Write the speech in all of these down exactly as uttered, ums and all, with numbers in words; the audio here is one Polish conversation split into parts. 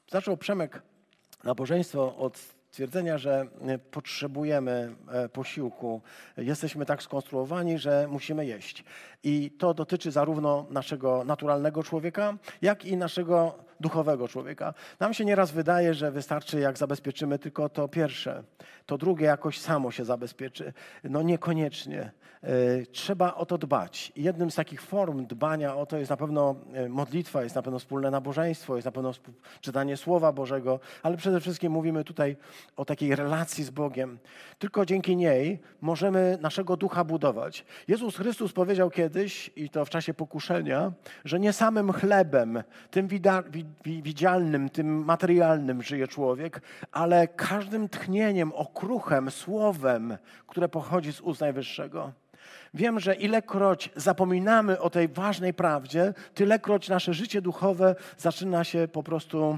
Zaczął Przemek nabożeństwo od stwierdzenia, że potrzebujemy posiłku. Jesteśmy tak skonstruowani, że musimy jeść. I to dotyczy zarówno naszego naturalnego człowieka, jak i naszego duchowego człowieka. Nam się nieraz wydaje, że wystarczy, jak zabezpieczymy tylko to pierwsze. To drugie jakoś samo się zabezpieczy. No niekoniecznie. Trzeba o to dbać. I jednym z takich form dbania o to jest na pewno modlitwa, jest na pewno wspólne nabożeństwo, jest na pewno czytanie Słowa Bożego, ale przede wszystkim mówimy tutaj o takiej relacji z Bogiem. Tylko dzięki niej możemy naszego ducha budować. Jezus Chrystus powiedział kiedyś, i to w czasie pokuszenia, że nie samym chlebem, tym widzialnym, tym materialnym żyje człowiek, ale każdym tchnieniem, okruchem, słowem, które pochodzi z ust Najwyższego. Wiem, że ilekroć zapominamy o tej ważnej prawdzie, tylekroć nasze życie duchowe zaczyna się po prostu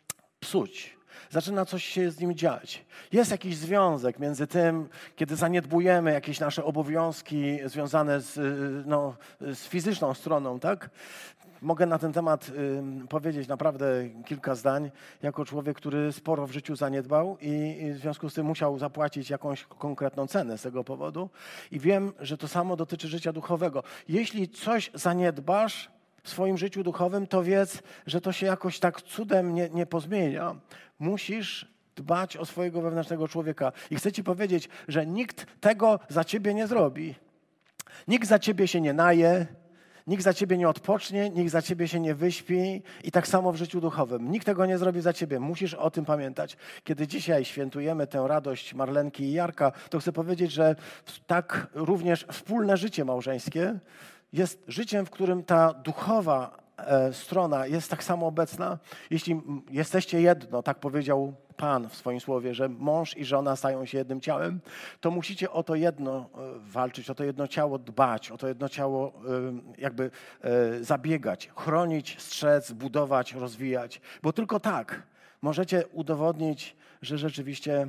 psuć. Zaczyna coś się z nim dziać. Jest jakiś związek między tym, kiedy zaniedbujemy jakieś nasze obowiązki związane z, no, z fizyczną stroną, tak? Mogę na ten temat y, powiedzieć naprawdę kilka zdań, jako człowiek, który sporo w życiu zaniedbał i, i w związku z tym musiał zapłacić jakąś konkretną cenę z tego powodu. I wiem, że to samo dotyczy życia duchowego. Jeśli coś zaniedbasz w swoim życiu duchowym, to wiedz, że to się jakoś tak cudem nie, nie pozmienia. Musisz dbać o swojego wewnętrznego człowieka. I chcę ci powiedzieć, że nikt tego za ciebie nie zrobi. Nikt za ciebie się nie naje. Nikt za ciebie nie odpocznie, nikt za ciebie się nie wyśpi i tak samo w życiu duchowym. Nikt tego nie zrobi za ciebie. Musisz o tym pamiętać. Kiedy dzisiaj świętujemy tę radość Marlenki i Jarka, to chcę powiedzieć, że tak również wspólne życie małżeńskie jest życiem, w którym ta duchowa e, strona jest tak samo obecna. Jeśli jesteście jedno, tak powiedział Pan w swoim słowie, że mąż i żona stają się jednym ciałem, to musicie o to jedno walczyć, o to jedno ciało dbać, o to jedno ciało jakby zabiegać, chronić, strzec, budować, rozwijać. Bo tylko tak możecie udowodnić, że rzeczywiście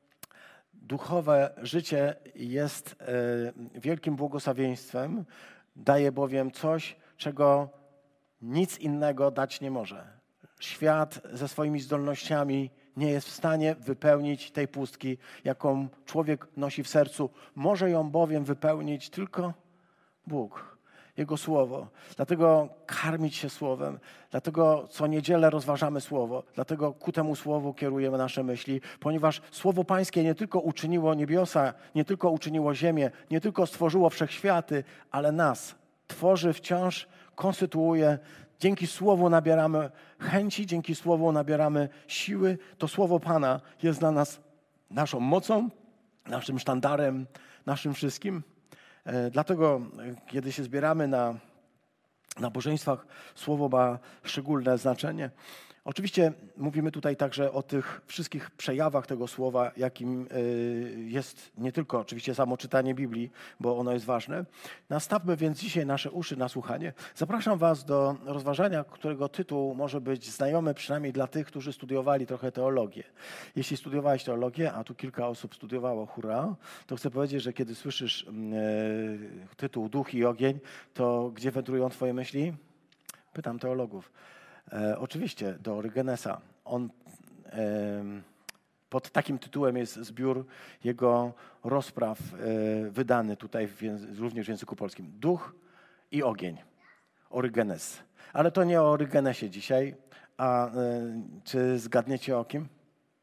duchowe życie jest wielkim błogosławieństwem, daje bowiem coś, czego nic innego dać nie może. Świat ze swoimi zdolnościami nie jest w stanie wypełnić tej pustki, jaką człowiek nosi w sercu. Może ją bowiem wypełnić tylko Bóg, Jego Słowo. Dlatego karmić się Słowem, dlatego co niedzielę rozważamy Słowo, dlatego ku temu Słowu kierujemy nasze myśli, ponieważ Słowo Pańskie nie tylko uczyniło niebiosa, nie tylko uczyniło ziemię, nie tylko stworzyło wszechświaty, ale nas tworzy wciąż, konstytuuje. Dzięki Słowu nabieramy chęci, dzięki Słowu nabieramy siły. To Słowo Pana jest dla nas naszą mocą, naszym sztandarem, naszym wszystkim. E, dlatego, kiedy się zbieramy na nabożeństwach, Słowo ma szczególne znaczenie. Oczywiście mówimy tutaj także o tych wszystkich przejawach tego Słowa, jakim jest nie tylko oczywiście samo czytanie Biblii, bo ono jest ważne. Nastawmy więc dzisiaj nasze uszy na słuchanie. Zapraszam was do rozważania, którego tytuł może być znajomy przynajmniej dla tych, którzy studiowali trochę teologię. Jeśli studiowałeś teologię, a tu kilka osób studiowało, hurra, to chcę powiedzieć, że kiedy słyszysz e, tytuł Duch i ogień, to gdzie wędrują twoje myśli? Pytam teologów. E, oczywiście do Orygenesa. On, e, pod takim tytułem jest zbiór jego rozpraw e, wydany tutaj w, również w języku polskim. Duch i ogień. Orygenes. Ale to nie o Orygenesie dzisiaj. A e, czy zgadniecie o kim?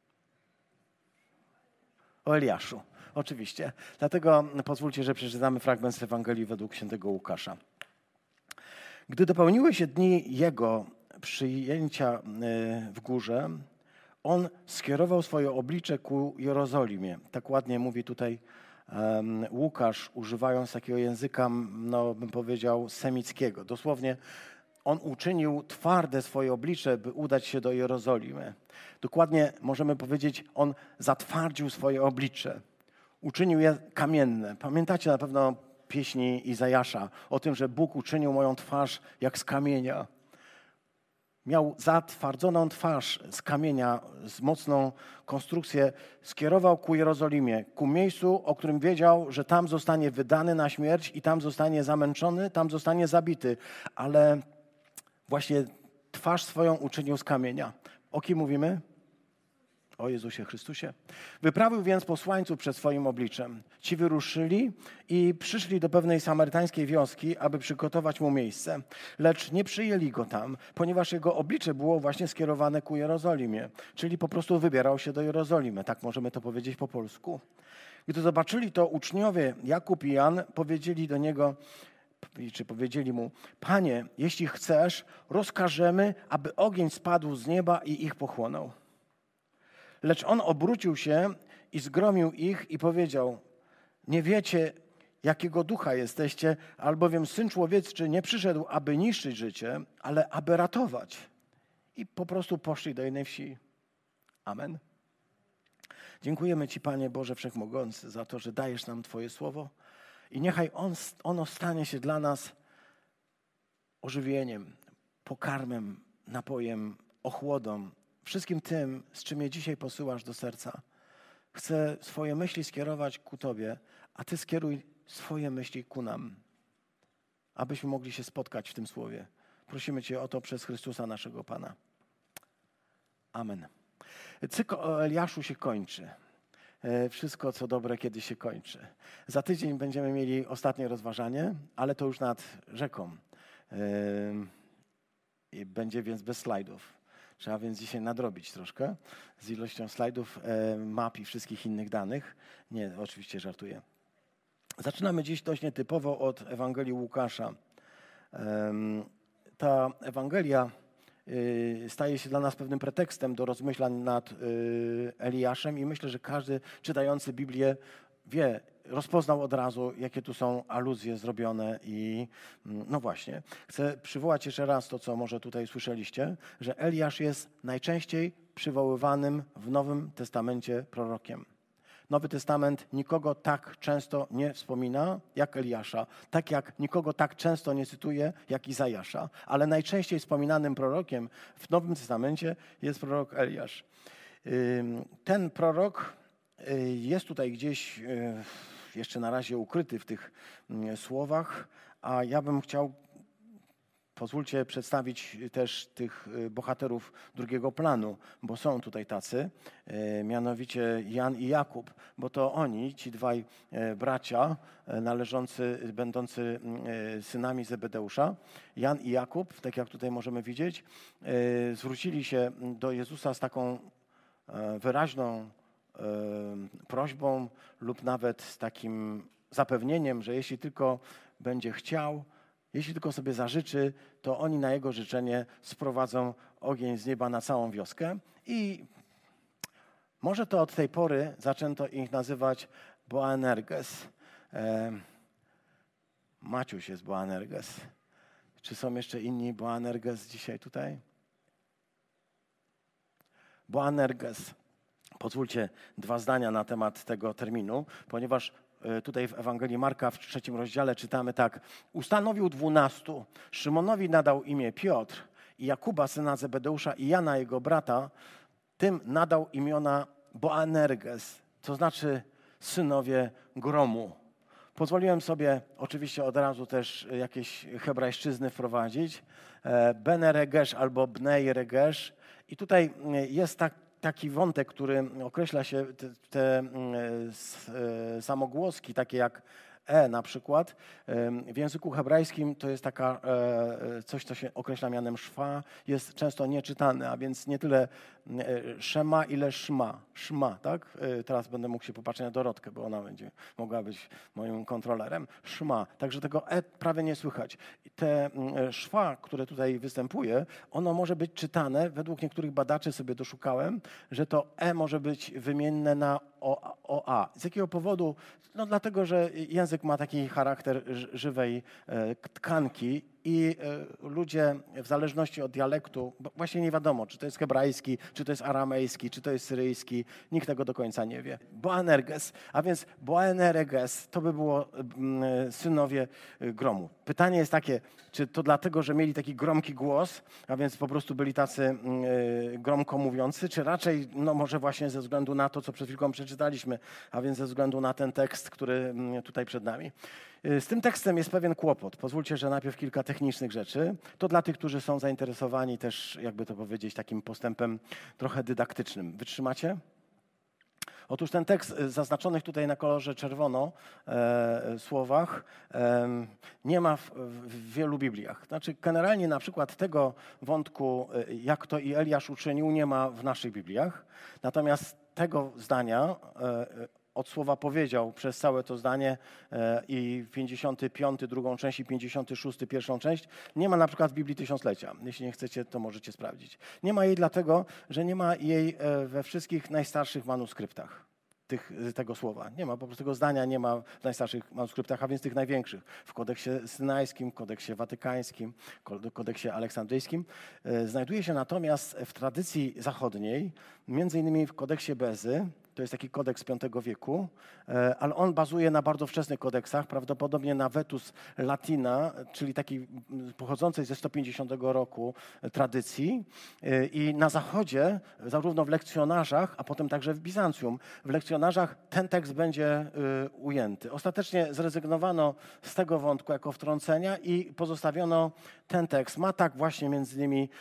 O Eliaszu. Oczywiście. Dlatego pozwólcie, że przeczytamy fragment z Ewangelii według świętego Łukasza. Gdy dopełniły się dni jego przyjęcia w górze, on skierował swoje oblicze ku Jerozolimie. Tak ładnie mówi tutaj um, Łukasz, używając takiego języka, no bym powiedział, semickiego. Dosłownie on uczynił twarde swoje oblicze, by udać się do Jerozolimy. Dokładnie możemy powiedzieć, on zatwardził swoje oblicze. Uczynił je kamienne. Pamiętacie na pewno pieśni Izajasza o tym, że Bóg uczynił moją twarz jak z kamienia. Miał zatwardzoną twarz z kamienia, z mocną konstrukcję, skierował ku Jerozolimie, ku miejscu, o którym wiedział, że tam zostanie wydany na śmierć i tam zostanie zamęczony, tam zostanie zabity. Ale właśnie twarz swoją uczynił z kamienia. O kim mówimy? O Jezusie Chrystusie. Wyprawił więc posłańców przed swoim obliczem. Ci wyruszyli i przyszli do pewnej samarytańskiej wioski, aby przygotować mu miejsce. Lecz nie przyjęli go tam, ponieważ jego oblicze było właśnie skierowane ku Jerozolimie. Czyli po prostu wybierał się do Jerozolimy. Tak możemy to powiedzieć po polsku. Gdy zobaczyli to uczniowie Jakub i Jan, powiedzieli do niego, czy powiedzieli mu: Panie, jeśli chcesz, rozkażemy, aby ogień spadł z nieba i ich pochłonął. Lecz on obrócił się i zgromił ich i powiedział: nie wiecie, jakiego ducha jesteście, albowiem Syn Człowieczy nie przyszedł, aby niszczyć życie, ale aby ratować. I po prostu poszli do innej wsi. Amen. Dziękujemy Ci, Panie Boże Wszechmogący, za to, że dajesz nam Twoje słowo i niechaj on, ono stanie się dla nas ożywieniem, pokarmem, napojem, ochłodą, wszystkim tym, z czym je dzisiaj posyłasz do serca. Chcę swoje myśli skierować ku Tobie, a Ty skieruj swoje myśli ku nam, abyśmy mogli się spotkać w tym słowie. Prosimy Cię o to przez Chrystusa naszego Pana. Amen. Cykl o Eliaszu się kończy. Wszystko, co dobre, kiedy się kończy. Za tydzień będziemy mieli ostatnie rozważanie, ale to już nad rzeką. Będzie więc bez slajdów. Trzeba więc dzisiaj nadrobić troszkę z ilością slajdów, map i wszystkich innych danych. Nie, oczywiście żartuję. Zaczynamy dziś dość nietypowo od Ewangelii Łukasza. Ta Ewangelia staje się dla nas pewnym pretekstem do rozmyślań nad Eliaszem i myślę, że każdy czytający Biblię wie, rozpoznał od razu, jakie tu są aluzje zrobione i no właśnie. Chcę przywołać jeszcze raz to, co może tutaj słyszeliście, że Eliasz jest najczęściej przywoływanym w Nowym Testamencie prorokiem. Nowy Testament nikogo tak często nie wspomina jak Eliasza, tak jak nikogo tak często nie cytuje jak Izajasza, ale najczęściej wspominanym prorokiem w Nowym Testamencie jest prorok Eliasz. Ten prorok jest tutaj gdzieś jeszcze na razie ukryty w tych słowach, a ja bym chciał, pozwólcie, przedstawić też tych bohaterów drugiego planu, bo są tutaj tacy, mianowicie Jan i Jakub, bo to oni, ci dwaj bracia należący, będący synami Zebedeusza, Jan i Jakub, tak jak tutaj możemy widzieć, zwrócili się do Jezusa z taką wyraźną prośbą lub nawet z takim zapewnieniem, że jeśli tylko będzie chciał, jeśli tylko sobie zażyczy, to oni na jego życzenie sprowadzą ogień z nieba na całą wioskę. I może to od tej pory zaczęto ich nazywać Boanerges. E, Maciuś jest Boanerges. Czy są jeszcze inni Boanerges dzisiaj tutaj? Boanerges. Pozwólcie dwa zdania na temat tego terminu, ponieważ tutaj w Ewangelii Marka w trzecim rozdziale czytamy tak. Ustanowił dwunastu, Szymonowi nadał imię Piotr i Jakuba, syna Zebedeusza i Jana, jego brata, tym nadał imiona Boanerges, to znaczy synowie gromu. Pozwoliłem sobie oczywiście od razu też jakieś hebrajszczyzny wprowadzić. Bene Regesz albo Bnei Regesz. I tutaj jest tak taki wątek, który określa się te, te samogłoski, takie jak e na przykład. W języku hebrajskim to jest taka coś, co się określa mianem szwa, jest często nieczytane, a więc nie tyle szema, ile szma. Szma, tak? Teraz będę mógł się popatrzeć na Dorotkę, bo ona będzie mogła być moim kontrolerem. Szma. Także tego e prawie nie słychać. Te szwa, które tutaj występuje, ono może być czytane, według niektórych badaczy sobie doszukałem, że to e może być wymienne na o, o a. Z jakiego powodu? No dlatego, że język ma taki charakter żywej tkanki i ludzie w zależności od dialektu, bo właśnie nie wiadomo, czy to jest hebrajski, czy to jest aramejski, czy to jest syryjski, nikt tego do końca nie wie. Boanerges, a więc Boanerges, to by było synowie gromu. Pytanie jest takie, czy to dlatego, że mieli taki gromki głos, a więc po prostu byli tacy gromko mówiący, czy raczej no może właśnie ze względu na to, co przed chwilką przeczytaliśmy, a więc ze względu na ten tekst, który tutaj przed nami. Z tym tekstem jest pewien kłopot. Pozwólcie, że najpierw kilka technicznych rzeczy. To dla tych, którzy są zainteresowani też, jakby to powiedzieć, takim postępem trochę dydaktycznym. Wytrzymacie? Otóż ten tekst zaznaczonych tutaj na kolorze czerwono e, słowach e, nie ma w, w wielu Bibliach. Znaczy generalnie na przykład tego wątku, jak to i Eliasz uczynił, nie ma w naszych Bibliach. Natomiast tego zdania e, od słowa powiedział przez całe to zdanie e, i pięćdziesiąty piąty drugą część i pięćdziesiąty szósty pierwszą część nie ma na przykład w Biblii Tysiąclecia. Jeśli nie chcecie, to możecie sprawdzić. Nie ma jej dlatego, że nie ma jej e, we wszystkich najstarszych manuskryptach tych, tego słowa. Nie ma, po prostu tego zdania nie ma w najstarszych manuskryptach, a więc tych największych. W kodeksie synajskim, kodeksie watykańskim, kodeksie aleksandryjskim. E, znajduje się natomiast w tradycji zachodniej, między innymi w kodeksie Bezy. To jest taki kodeks piątego wieku, ale on bazuje na bardzo wczesnych kodeksach, prawdopodobnie na Vetus Latina, czyli takiej pochodzącej ze sto pięćdziesiątego roku tradycji. I na zachodzie, zarówno w lekcjonarzach, a potem także w Bizancjum, w lekcjonarzach ten tekst będzie ujęty. Ostatecznie zrezygnowano z tego wątku jako wtrącenia i pozostawiono ten tekst. Ma tak właśnie między innymi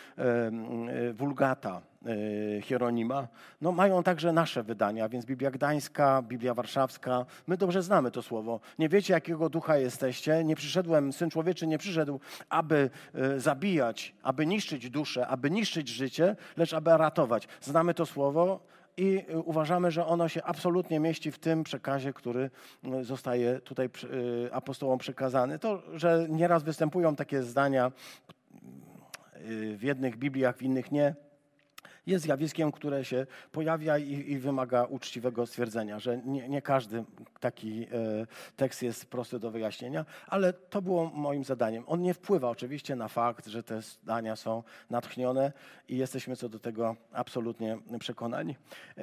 Vulgata Hieronima. No, mają także nasze wydania, więc Biblia Gdańska, Biblia Warszawska. My dobrze znamy to słowo. Nie wiecie, jakiego ducha jesteście. Nie przyszedłem, Syn Człowieczy nie przyszedł, aby y, zabijać, aby niszczyć duszę, aby niszczyć życie, lecz aby ratować. Znamy to słowo i y, uważamy, że ono się absolutnie mieści w tym przekazie, który y, zostaje tutaj y, apostołom przekazany. To, że nieraz występują takie zdania y, w jednych Bibliach, w innych nie, jest zjawiskiem, które się pojawia i, i wymaga uczciwego stwierdzenia, że nie, nie każdy taki e, tekst jest prosty do wyjaśnienia, ale to było moim zadaniem. On nie wpływa oczywiście na fakt, że te zdania są natchnione i jesteśmy co do tego absolutnie przekonani. E,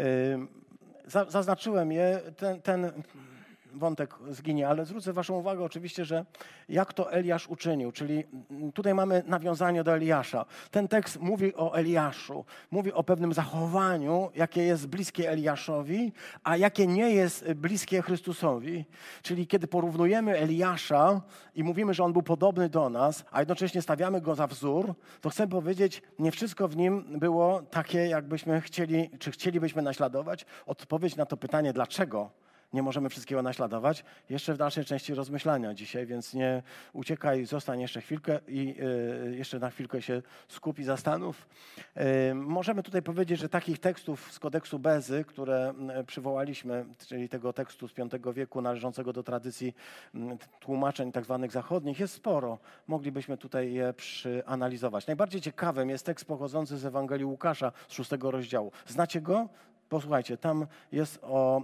za, zaznaczyłem je, ten, ten wątek zginie, ale zwrócę waszą uwagę oczywiście, że jak to Eliasz uczynił, czyli tutaj mamy nawiązanie do Eliasza. Ten tekst mówi o Eliaszu, mówi o pewnym zachowaniu, jakie jest bliskie Eliaszowi, a jakie nie jest bliskie Chrystusowi. Czyli kiedy porównujemy Eliasza i mówimy, że on był podobny do nas, a jednocześnie stawiamy go za wzór, to chcę powiedzieć, nie wszystko w nim było takie, jakbyśmy chcieli, czy chcielibyśmy naśladować. Odpowiedź na to pytanie, dlaczego nie możemy wszystkiego naśladować, jeszcze w dalszej części rozmyślania dzisiaj, więc nie uciekaj, zostań jeszcze chwilkę i y, jeszcze na chwilkę się skup i zastanów. Y, możemy tutaj powiedzieć, że takich tekstów z kodeksu Bezy, które przywołaliśmy, czyli tego tekstu z piątego wieku należącego do tradycji tłumaczeń tak zwanych zachodnich, jest sporo. Moglibyśmy tutaj je przeanalizować. Najbardziej ciekawym jest tekst pochodzący z Ewangelii Łukasza z szóstego rozdziału. Znacie go? Posłuchajcie, tam jest o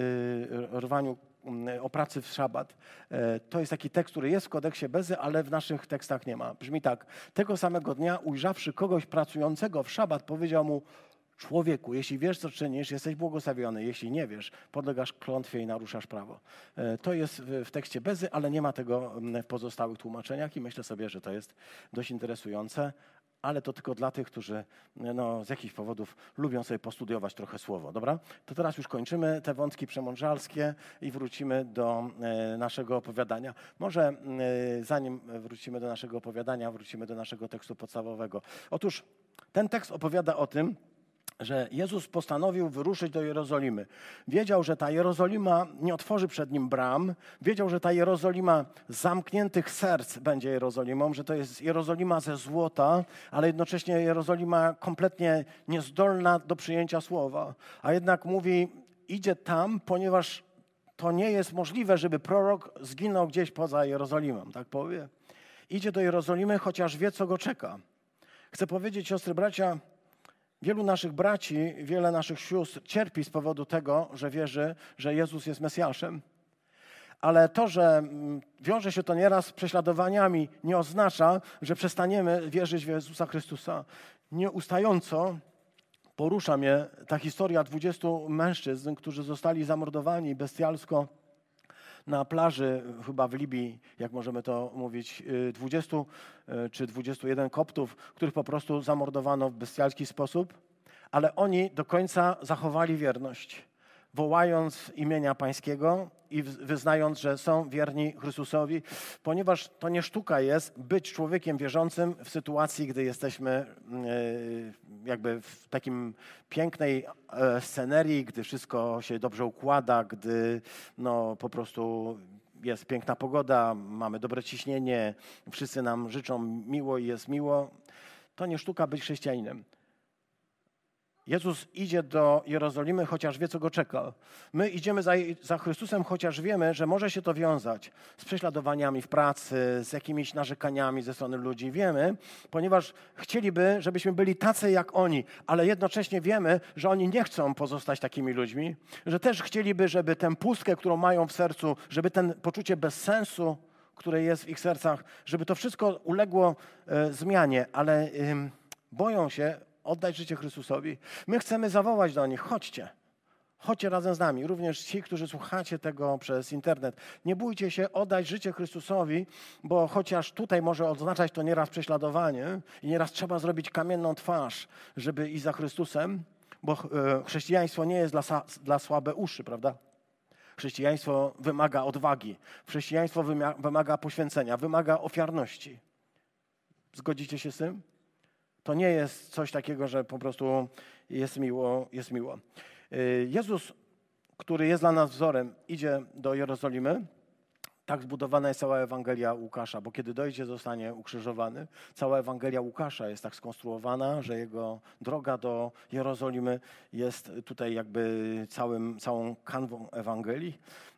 y, rwaniu, o pracy w szabat. To jest taki tekst, który jest w kodeksie Bezy, ale w naszych tekstach nie ma. Brzmi tak. Tego samego dnia, ujrzawszy kogoś pracującego w szabat, powiedział mu: człowieku, jeśli wiesz, co czynisz, jesteś błogosławiony. Jeśli nie wiesz, podlegasz klątwie i naruszasz prawo. To jest w tekście Bezy, ale nie ma tego w pozostałych tłumaczeniach i myślę sobie, że to jest dość interesujące. Ale to tylko dla tych, którzy no, z jakichś powodów lubią sobie postudiować trochę słowo, dobra? To teraz już kończymy te wątki przemądrzalskie i wrócimy do e, naszego opowiadania. Może e, zanim wrócimy do naszego opowiadania, wrócimy do naszego tekstu podstawowego. Otóż ten tekst opowiada o tym, że Jezus postanowił wyruszyć do Jerozolimy. Wiedział, że ta Jerozolima nie otworzy przed nim bram. Wiedział, że ta Jerozolima z zamkniętych serc będzie Jerozolimą, że to jest Jerozolima ze złota, ale jednocześnie Jerozolima kompletnie niezdolna do przyjęcia słowa. A jednak mówi, idzie tam, ponieważ to nie jest możliwe, żeby prorok zginął gdzieś poza Jerozolimą, tak powie. Idzie do Jerozolimy, chociaż wie, co go czeka. Chcę powiedzieć, siostry, bracia, wielu naszych braci, wiele naszych sióstr cierpi z powodu tego, że wierzy, że Jezus jest Mesjaszem. Ale to, że wiąże się to nieraz z prześladowaniami, nie oznacza, że przestaniemy wierzyć w Jezusa Chrystusa. Nieustająco porusza mnie ta historia dwudziestu mężczyzn, którzy zostali zamordowani bestialsko na plaży, chyba w Libii, jak możemy to mówić, dwudziestu czy dwudziestu jeden koptów, których po prostu zamordowano w bestialski sposób, ale oni do końca zachowali wierność. wołając imienia Pańskiego i wyznając, że są wierni Chrystusowi, ponieważ to nie sztuka jest być człowiekiem wierzącym w sytuacji, gdy jesteśmy jakby w takim pięknej scenerii, gdy wszystko się dobrze układa, gdy no po prostu jest piękna pogoda, mamy dobre ciśnienie, wszyscy nam życzą miło i jest miło. To nie sztuka być chrześcijaninem. Jezus idzie do Jerozolimy, chociaż wie, co go czeka. My idziemy za, za Chrystusem, chociaż wiemy, że może się to wiązać z prześladowaniami w pracy, z jakimiś narzekaniami ze strony ludzi. Wiemy, ponieważ chcieliby, żebyśmy byli tacy jak oni, ale jednocześnie wiemy, że oni nie chcą pozostać takimi ludźmi, że też chcieliby, żeby tę pustkę, którą mają w sercu, żeby ten poczucie bezsensu, które jest w ich sercach, żeby to wszystko uległo e, zmianie, ale e, boją się oddać życie Chrystusowi. My chcemy zawołać do nich, chodźcie, chodźcie razem z nami. Również ci, którzy słuchacie tego przez internet. Nie bójcie się oddać życie Chrystusowi, bo chociaż tutaj może oznaczać to nieraz prześladowanie i nieraz trzeba zrobić kamienną twarz, żeby iść za Chrystusem, bo chrześcijaństwo nie jest dla, dla słabe uszy, prawda? Chrześcijaństwo wymaga odwagi. Chrześcijaństwo wymaga poświęcenia, wymaga ofiarności. Zgodzicie się z tym? To nie jest coś takiego, że po prostu jest miło, jest miło. Jezus, który jest dla nas wzorem, idzie do Jerozolimy. Tak zbudowana jest cała Ewangelia Łukasza, bo kiedy dojdzie, zostanie ukrzyżowany. Cała Ewangelia Łukasza jest tak skonstruowana, że jego droga do Jerozolimy jest tutaj jakby całym, całą kanwą Ewangelii.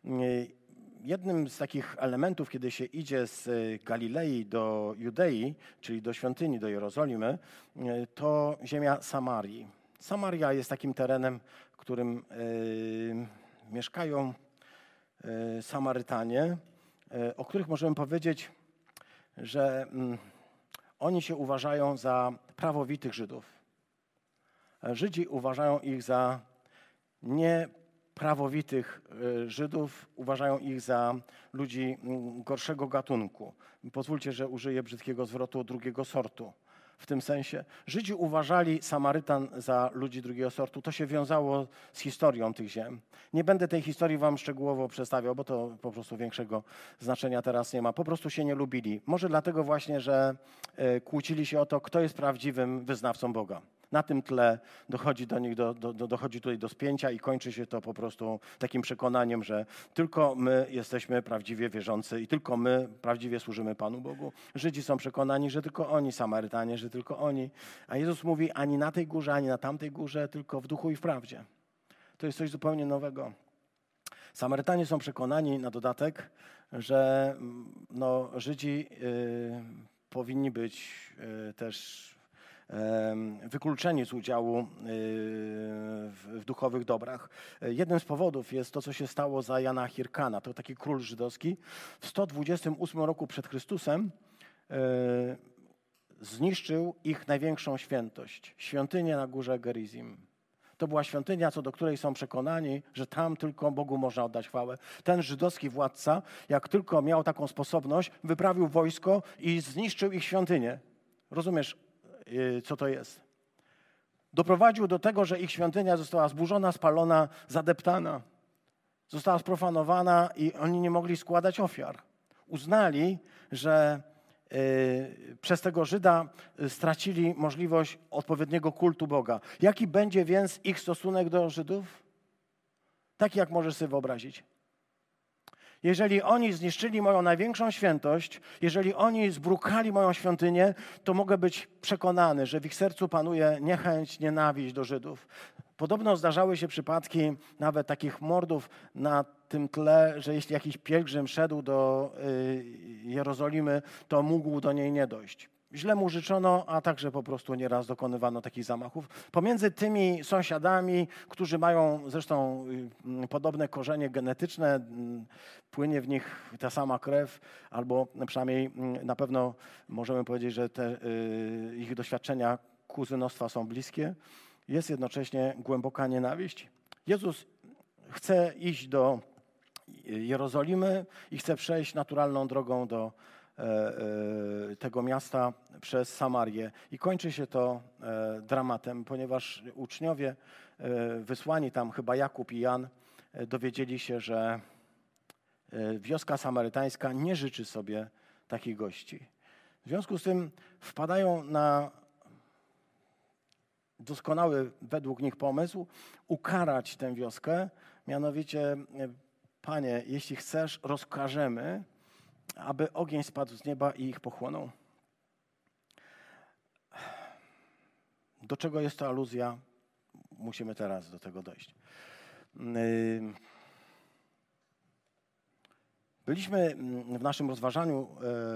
Jednym z takich elementów, kiedy się idzie z Galilei do Judei, czyli do świątyni, do Jerozolimy, to ziemia Samarii. Samaria jest takim terenem, w którym y, mieszkają y, Samarytanie, y, o których możemy powiedzieć, że y, oni się uważają za prawowitych Żydów. Żydzi uważają ich za nie prawowitych Żydów, uważają ich za ludzi gorszego gatunku. Pozwólcie, że użyję brzydkiego zwrotu drugiego sortu. W tym sensie Żydzi uważali Samarytan za ludzi drugiego sortu. To się wiązało z historią tych ziem. Nie będę tej historii wam szczegółowo przedstawiał, bo to po prostu większego znaczenia teraz nie ma. Po prostu się nie lubili. Może dlatego właśnie, że kłócili się o to, kto jest prawdziwym wyznawcą Boga. Na tym tle dochodzi do nich, do, do, dochodzi tutaj do spięcia i kończy się to po prostu takim przekonaniem, że tylko my jesteśmy prawdziwie wierzący i tylko my prawdziwie służymy Panu Bogu. Żydzi są przekonani, że tylko oni, Samarytanie, że tylko oni. A Jezus mówi ani na tej górze, ani na tamtej górze, tylko w duchu i w prawdzie. To jest coś zupełnie nowego. Samarytanie są przekonani na dodatek, że no, Żydzi y, powinni być y, też wykluczeni z udziału w duchowych dobrach. Jednym z powodów jest to, co się stało za Jana Hirkana. To taki król żydowski. W sto dwudziestym ósmym roku przed Chrystusem zniszczył ich największą świętość. Świątynię na górze Gerizim. To była świątynia, co do której są przekonani, że tam tylko Bogu można oddać chwałę. Ten żydowski władca, jak tylko miał taką sposobność, wyprawił wojsko i zniszczył ich świątynię. Rozumiesz, co to jest? Doprowadził do tego, że ich świątynia została zburzona, spalona, zadeptana. Została sprofanowana i oni nie mogli składać ofiar. Uznali, że y, przez tego Żyda stracili możliwość odpowiedniego kultu Boga. Jaki będzie więc ich stosunek do Żydów? Taki, jak możesz sobie wyobrazić. Jeżeli oni zniszczyli moją największą świętość, jeżeli oni zbrukali moją świątynię, to mogę być przekonany, że w ich sercu panuje niechęć, nienawiść do Żydów. Podobno zdarzały się przypadki nawet takich mordów na tym tle, że jeśli jakiś pielgrzym szedł do Jerozolimy, to mógł do niej nie dojść. Źle mu życzono, a także po prostu nieraz dokonywano takich zamachów. Pomiędzy tymi sąsiadami, którzy mają zresztą podobne korzenie genetyczne, płynie w nich ta sama krew, albo przynajmniej na pewno możemy powiedzieć, że te ich doświadczenia kuzynostwa są bliskie, jest jednocześnie głęboka nienawiść. Jezus chce iść do Jerozolimy i chce przejść naturalną drogą do tego miasta przez Samarię. I kończy się to dramatem, ponieważ uczniowie wysłani tam, chyba Jakub i Jan, dowiedzieli się, że wioska samarytańska nie życzy sobie takich gości. W związku z tym wpadają na doskonały według nich pomysł ukarać tę wioskę, mianowicie: Panie, jeśli chcesz, rozkażemy, aby ogień spadł z nieba i ich pochłonął. Do czego jest to aluzja? Musimy teraz do tego dojść. Byliśmy w naszym rozważaniu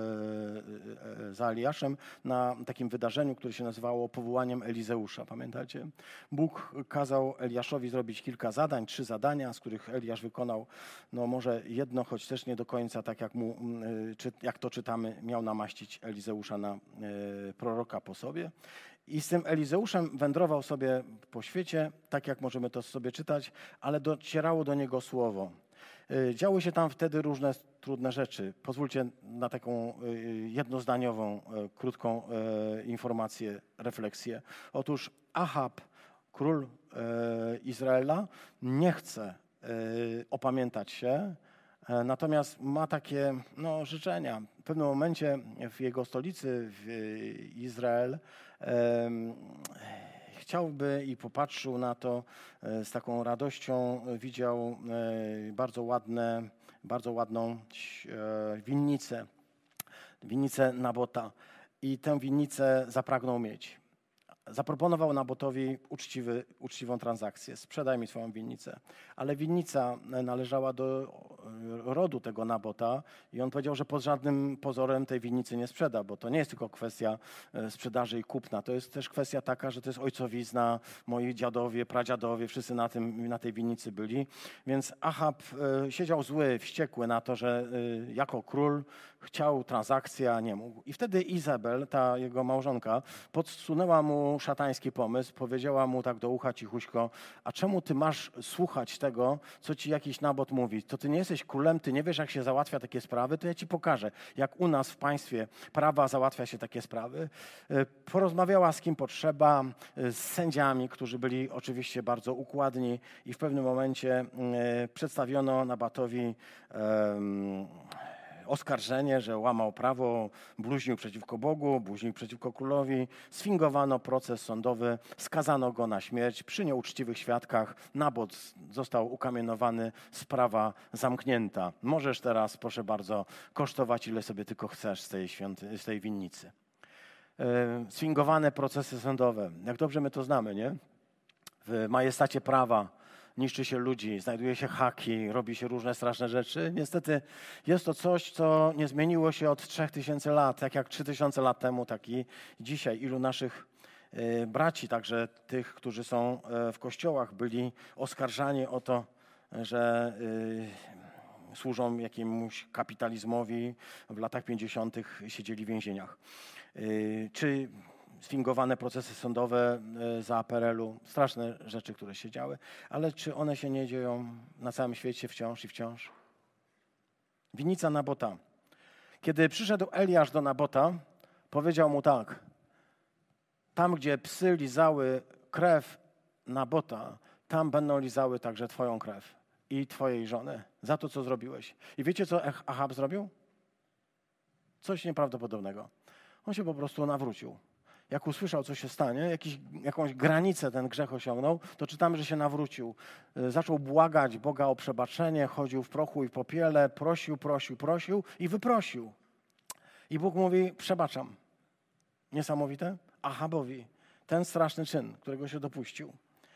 za Eliaszem na takim wydarzeniu, które się nazywało powołaniem Elizeusza. Pamiętacie? Bóg kazał Eliaszowi zrobić kilka zadań, trzy zadania, z których Eliasz wykonał no może jedno, choć też nie do końca tak jak, mu, jak to czytamy, miał namaścić Elizeusza na proroka po sobie. I z tym Elizeuszem wędrował sobie po świecie, tak jak możemy to sobie czytać, ale docierało do niego słowo. Działy się tam wtedy różne trudne rzeczy. Pozwólcie na taką jednozdaniową, krótką informację, refleksję. Otóż Ahab, król Izraela, nie chce opamiętać się, natomiast ma takie no, życzenia. W pewnym momencie w jego stolicy, w Izrael, chciałby i popatrzył na to z taką radością, widział bardzo ładne, bardzo ładną winnicę, winnicę Nabota i tę winnicę zapragnął mieć. Zaproponował Nabotowi uczciwy, uczciwą transakcję. Sprzedaj mi swoją winnicę. Ale winnica należała do rodu tego Nabota i on powiedział, że pod żadnym pozorem tej winnicy nie sprzeda, bo to nie jest tylko kwestia sprzedaży i kupna. To jest też kwestia taka, że to jest ojcowizna, moi dziadowie, pradziadowie, wszyscy na, tym, na tej winnicy byli. Więc Ahab siedział zły, wściekły na to, że jako król chciał transakcję, a nie mógł. I wtedy Izabel, ta jego małżonka, podsunęła mu szatański pomysł, powiedziała mu tak do ucha cichuśko: a czemu ty masz słuchać tego, co ci jakiś Nabot mówi? To ty nie jesteś królem, ty nie wiesz, jak się załatwia takie sprawy, to ja ci pokażę, jak u nas w państwie prawa załatwia się takie sprawy. Porozmawiała z kim potrzeba, z sędziami, którzy byli oczywiście bardzo układni i w pewnym momencie przedstawiono Nabatowi um, oskarżenie, że łamał prawo, bluźnił przeciwko Bogu, bluźnił przeciwko królowi. Sfingowano proces sądowy, skazano go na śmierć przy nieuczciwych świadkach. Nabot został ukamienowany, sprawa zamknięta. Możesz teraz, proszę bardzo, kosztować ile sobie tylko chcesz z tej, świąty- z tej winnicy. Sfingowane procesy sądowe. Jak dobrze my to znamy, nie? W majestacie prawa niszczy się ludzi, znajduje się haki, robi się różne straszne rzeczy. Niestety jest to coś, co nie zmieniło się od trzech tysięcy lat. Tak jak trzy tysiące lat temu, tak i dzisiaj. Ilu naszych y, braci, także tych, którzy są y, w kościołach, byli oskarżani o to, że y, służą jakiemuś kapitalizmowi. W latach pięćdziesiątych siedzieli w więzieniach. Y, czy sfingowane procesy sądowe za P R L u, straszne rzeczy, które się działy, ale czy one się nie dzieją na całym świecie wciąż i wciąż? Winnica Nabota. Kiedy przyszedł Eliasz do Nabota, powiedział mu tak: tam, gdzie psy lizały krew Nabota, tam będą lizały także twoją krew i twojej żony za to, co zrobiłeś. I wiecie, co Ahab zrobił? Coś nieprawdopodobnego. On się po prostu nawrócił. Jak usłyszał, co się stanie, jakiś, jakąś granicę ten grzech osiągnął, to czytamy, że się nawrócił. Zaczął błagać Boga o przebaczenie, chodził w prochu i popiele, prosił, prosił, prosił i wyprosił. I Bóg mówi: przebaczam. Niesamowite? Ahabowi ten straszny czyn, którego się dopuścił.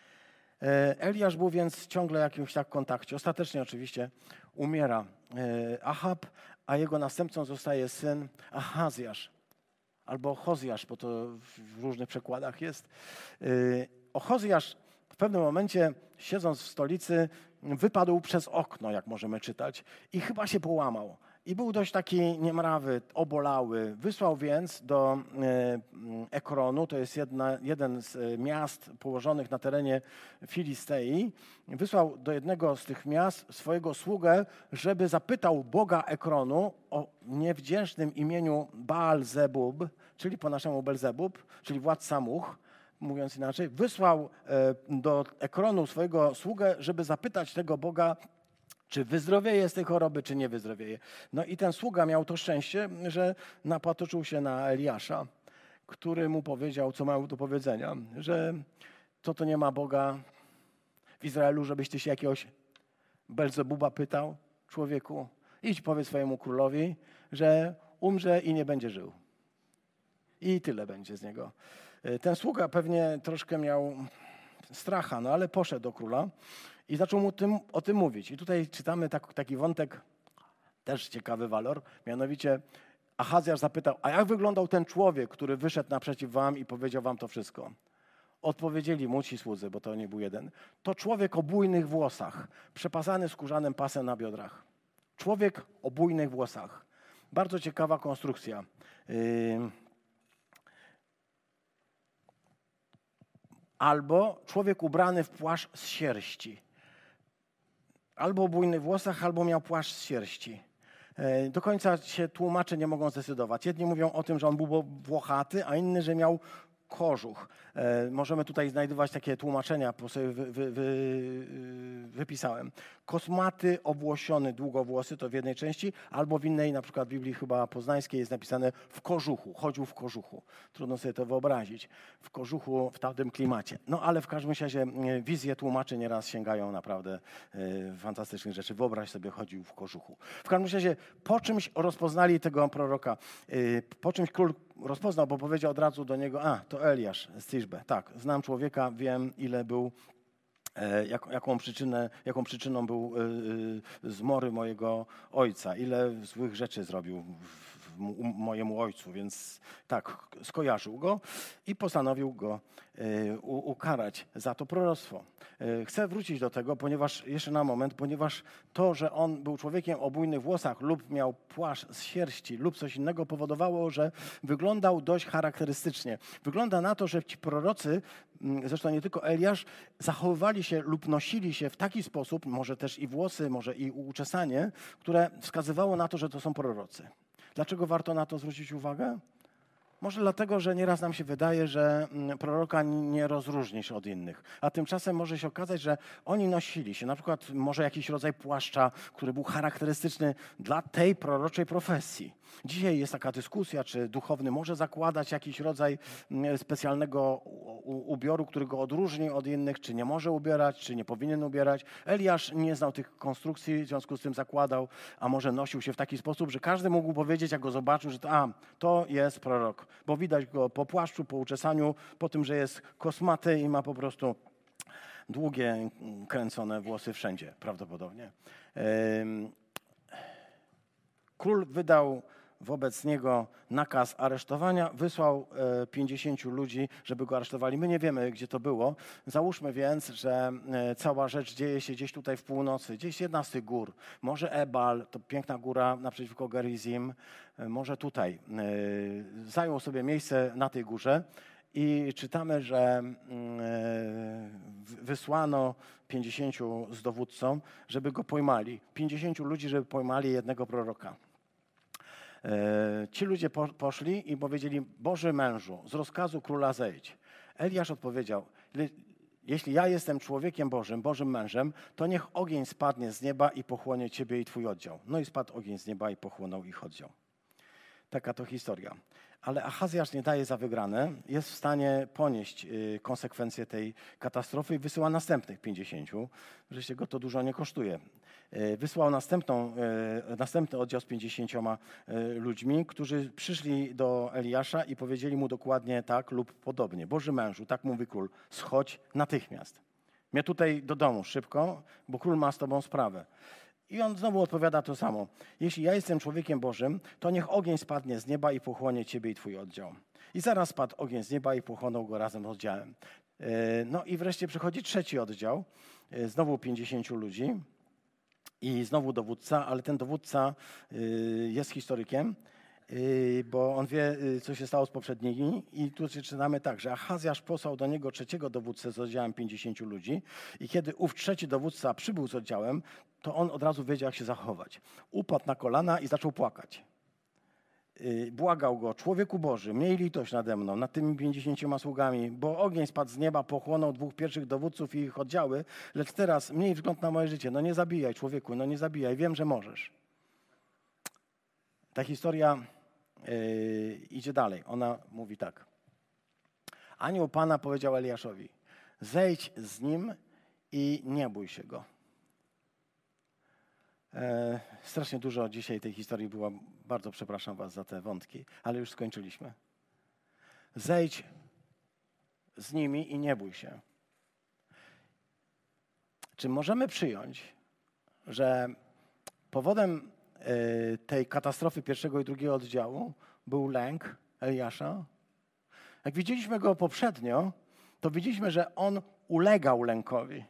Eliasz był więc ciągle w jakimś tak kontakcie. Ostatecznie oczywiście umiera Ahab, a jego następcą zostaje syn Ahazjasz. Albo Ochozjasz, bo to w różnych przekładach jest. Ochozjasz w pewnym momencie, siedząc w stolicy, wypadł przez okno, jak możemy czytać, i chyba się połamał. I był dość taki niemrawy, obolały. Wysłał więc do Ekronu, to jest jedna, jeden z miast położonych na terenie Filistei, wysłał do jednego z tych miast swojego sługę, żeby zapytał Boga Ekronu o niewdzięcznym imieniu Baal-Zebub, czyli po naszemu Belzebub, czyli władca much, mówiąc inaczej, wysłał do Ekronu swojego sługę, żeby zapytać tego Boga, czy wyzdrowieje z tej choroby, czy nie wyzdrowieje. No i ten sługa miał to szczęście, że napatoczył się na Eliasza, który mu powiedział, co miał do powiedzenia, że to to nie ma Boga w Izraelu, żebyś ty się jakiegoś Belzebuba pytał, człowieku. Idź powiedz swojemu królowi, że umrze i nie będzie żył. I tyle będzie z niego. Ten sługa pewnie troszkę miał stracha, no ale poszedł do króla i zaczął mu tym, o tym mówić. I tutaj czytamy tak, taki wątek, też ciekawy walor, mianowicie Ahazjasz zapytał, a jak wyglądał ten człowiek, który wyszedł naprzeciw wam i powiedział wam to wszystko? Odpowiedzieli mu ci słudzy, bo to nie był jeden. To człowiek o bujnych włosach, przepasany skórzanym pasem na biodrach. Człowiek o bujnych włosach. Bardzo ciekawa konstrukcja. Yy... Albo człowiek ubrany w płaszcz z sierści. Albo o bujnych włosach, albo miał płaszcz z sierści. Do końca się tłumacze nie mogą zdecydować. Jedni mówią o tym, że on był włochaty, a inni, że miał kożuch. Możemy tutaj znajdować takie tłumaczenia, bo sobie wy, wy, wy, wypisałem. Kosmaty, obłosiony, długowłosy, to w jednej części, albo w innej, na przykład w Biblii chyba poznańskiej jest napisane w kożuchu, chodził w kożuchu. Trudno sobie to wyobrazić. W kożuchu, w tamtym klimacie. No ale w każdym razie wizje tłumaczy nieraz sięgają naprawdę e, fantastycznych rzeczy. Wyobraź sobie, chodził w kożuchu. W każdym razie po czymś rozpoznali tego proroka. E, po czymś król rozpoznał, bo powiedział od razu do niego, a, to Eliasz z Tiszbe. Tak, znam człowieka, wiem, ile był, e, jak, jaką, przyczynę, jaką przyczyną był e, e, zmory mojego ojca, ile złych rzeczy zrobił w, w, mojemu ojcu, więc tak, skojarzył go i postanowił go e, u, ukarać za to proroctwo. E, chcę wrócić do tego, ponieważ, jeszcze na moment, ponieważ to, że on był człowiekiem o bujnych włosach lub miał płaszcz z sierści lub coś innego powodowało, że wyglądał dość charakterystycznie. Wygląda na to, że ci prorocy, zresztą nie tylko Eliasz, zachowywali się lub nosili się w taki sposób, może też i włosy, może i uczesanie, które wskazywało na to, że to są prorocy. Dlaczego warto na to zwrócić uwagę? Może dlatego, że nieraz nam się wydaje, że proroka nie rozróżnisz od innych, a tymczasem może się okazać, że oni nosili się, na przykład może jakiś rodzaj płaszcza, który był charakterystyczny dla tej proroczej profesji. Dzisiaj jest taka dyskusja, czy duchowny może zakładać jakiś rodzaj specjalnego ubioru, który go odróżni od innych, czy nie może ubierać, czy nie powinien ubierać. Eliasz nie znał tych konstrukcji, w związku z tym zakładał, a może nosił się w taki sposób, że każdy mógł powiedzieć, jak go zobaczył, że to, a, to jest prorok, bo widać go po płaszczu, po uczesaniu, po tym, że jest kosmaty i ma po prostu długie, kręcone włosy wszędzie, prawdopodobnie. Król wydał wobec niego nakaz aresztowania, wysłał pięćdziesięciu ludzi, żeby go aresztowali. My nie wiemy, gdzie to było. Załóżmy więc, że cała rzecz dzieje się gdzieś tutaj w północy, gdzieś jedna z tych gór. Może Ebal, to piękna góra naprzeciwko Gerizim, może tutaj. Zajął sobie miejsce na tej górze i czytamy, że wysłano pięćdziesięciu z dowódcą, żeby go pojmali. pięćdziesięciu ludzi, żeby pojmali jednego proroka. Ci ludzie poszli i powiedzieli, Boży mężu, z rozkazu króla zejdź. Eliasz odpowiedział, jeśli ja jestem człowiekiem Bożym, Bożym mężem, to niech ogień spadnie z nieba i pochłonie ciebie i twój oddział. No i spadł ogień z nieba i pochłonął ich oddział. Taka to historia. Ale Ahazjasz nie daje za wygrane, jest w stanie ponieść konsekwencje tej katastrofy i wysyła następnych pięćdziesięciu. Wreszcie go to dużo nie kosztuje. Wysłał następną, następny oddział z pięćdziesięcioma ludźmi, którzy przyszli do Eliasza i powiedzieli mu dokładnie tak lub podobnie. Boży mężu, tak mówi król, schodź natychmiast. Mnie tutaj do domu szybko, bo król ma z tobą sprawę. I on znowu odpowiada to samo. Jeśli ja jestem człowiekiem Bożym, to niech ogień spadnie z nieba i pochłonie ciebie i twój oddział. I zaraz spadł ogień z nieba i pochłonął go razem z oddziałem. No i wreszcie przychodzi trzeci oddział, znowu pięćdziesięciu ludzi. I znowu dowódca, ale ten dowódca jest historykiem, bo on wie, co się stało z poprzednimi. I tu czytamy tak, że Achazjasz posłał do niego trzeciego dowódcę z oddziałem pięćdziesięciu ludzi i kiedy ów trzeci dowódca przybył z oddziałem, to on od razu wiedział, jak się zachować. Upadł na kolana i zaczął płakać. Błagał go: człowieku Boży, miej litość nade mną, nad tymi pięćdziesięcioma sługami, bo ogień spadł z nieba, pochłonął dwóch pierwszych dowódców i ich oddziały, lecz teraz miej wzgląd na moje życie. No nie zabijaj, człowieku, no nie zabijaj, wiem, że możesz. Ta historia yy, idzie dalej. Ona mówi tak. Anioł Pana powiedział Eliaszowi: zejdź z nim i nie bój się go. E, strasznie dużo dzisiaj tej historii było. Bardzo przepraszam was za te wątki, ale już skończyliśmy. Zejdź z nimi i nie bój się. Czy możemy przyjąć, że powodem e, tej katastrofy pierwszego i drugiego oddziału był lęk Eliasza? Jak widzieliśmy go poprzednio, to widzieliśmy, że on ulegał lękowi.